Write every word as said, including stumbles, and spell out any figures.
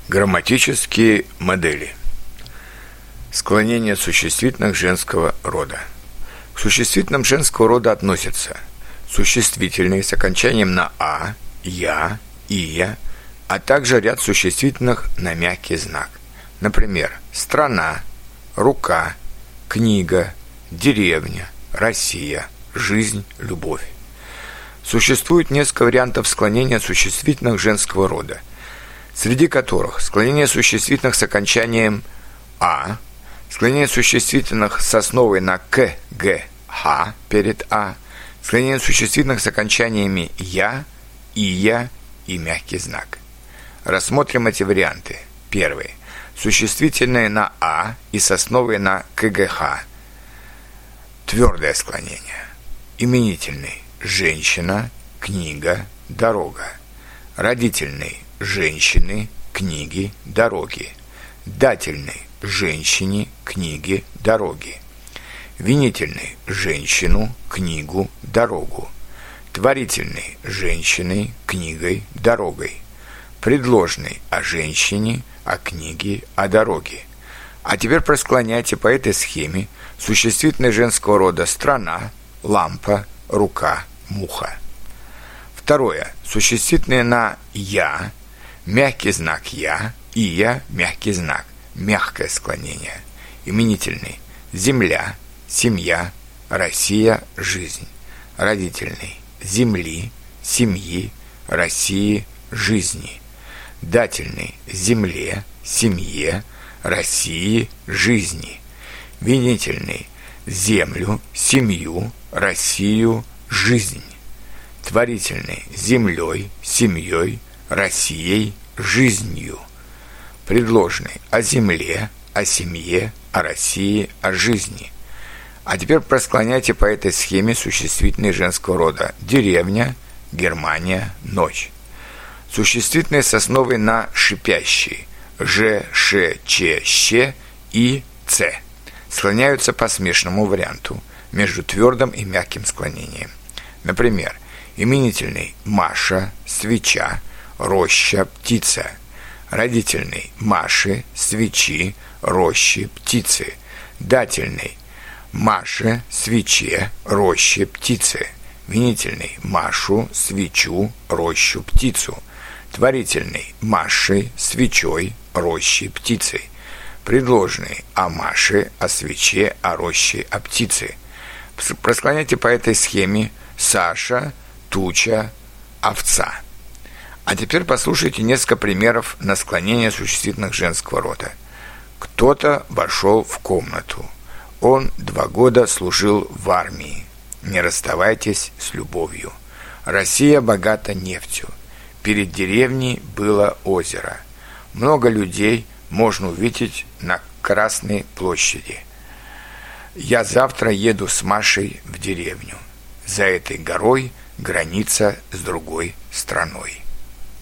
Грамматические модели. Склонение существительных женского рода. К существительным женского рода относятся существительные с окончанием на «а», «я», «ия», а также ряд существительных на мягкий знак. Например, страна, рука, книга, деревня, Россия, жизнь, любовь. Существует несколько вариантов склонения существительных женского рода, среди которых склонение существительных с окончанием «а», склонение существительных с основой на «к», «г», «х» перед «а», склонение существительных с окончаниями «я», «ия» и мягкий знак. Рассмотрим эти варианты. Первый. Существительные на «а» и с основой на «к», «г», «х». Твердое склонение. Именительный – женщина, книга, дорога. Родительный – женщины, книги, дороги. Дательный – женщине, книги, дороги. Винительный – женщину, книгу, дорогу. Творительный – женщиной, книгой, дорогой. Предложный – о женщине, о книге, о дороге. А теперь просклоняйте по этой схеме существительные женского рода страна, лампа, рука, муха. Второе. Существительные на «я», мягкий знак «я», «ия», мягкий знак, мягкое склонение. Именительный – земля, семья, Россия, жизнь. Родительный – земли, семьи, России, жизни. Дательный – земле, семье, России, жизни. Винительный – землю, семью, Россию, жизнь. Творительный – землей, семьей, Россией, жизнью. Предложный – о земле, о семье, о России, о жизни. А теперь просклоняйте по этой схеме существительные женского рода: деревня, Германия, ночь. Существительные с основой на шипящие «ж», «ш», «ч», «щ» и «ц» склоняются по смешанному варианту между твердым и мягким склонением. Например, именительный – Маша, свеча, роща, птица. Родительный – Маши, свечи, рощи, птицы. Дательный – Маше, свече, роще, птицы. Винительный – Машу, свечу, рощу, птицу. Творительный – Маши, свечой, рощи, птицы. Предложный – о Маше, о свече, о роще, о птице. Просклоняйте по этой схеме Саша, туча, овца. А теперь послушайте несколько примеров на склонение существительных женского рода. Кто-то вошел в комнату. Он два года служил в армии. Не расставайтесь с любовью. Россия богата нефтью. Перед деревней было озеро. Много людей можно увидеть на Красной площади. Я завтра еду с Машей в деревню. За этой горой граница с другой страной.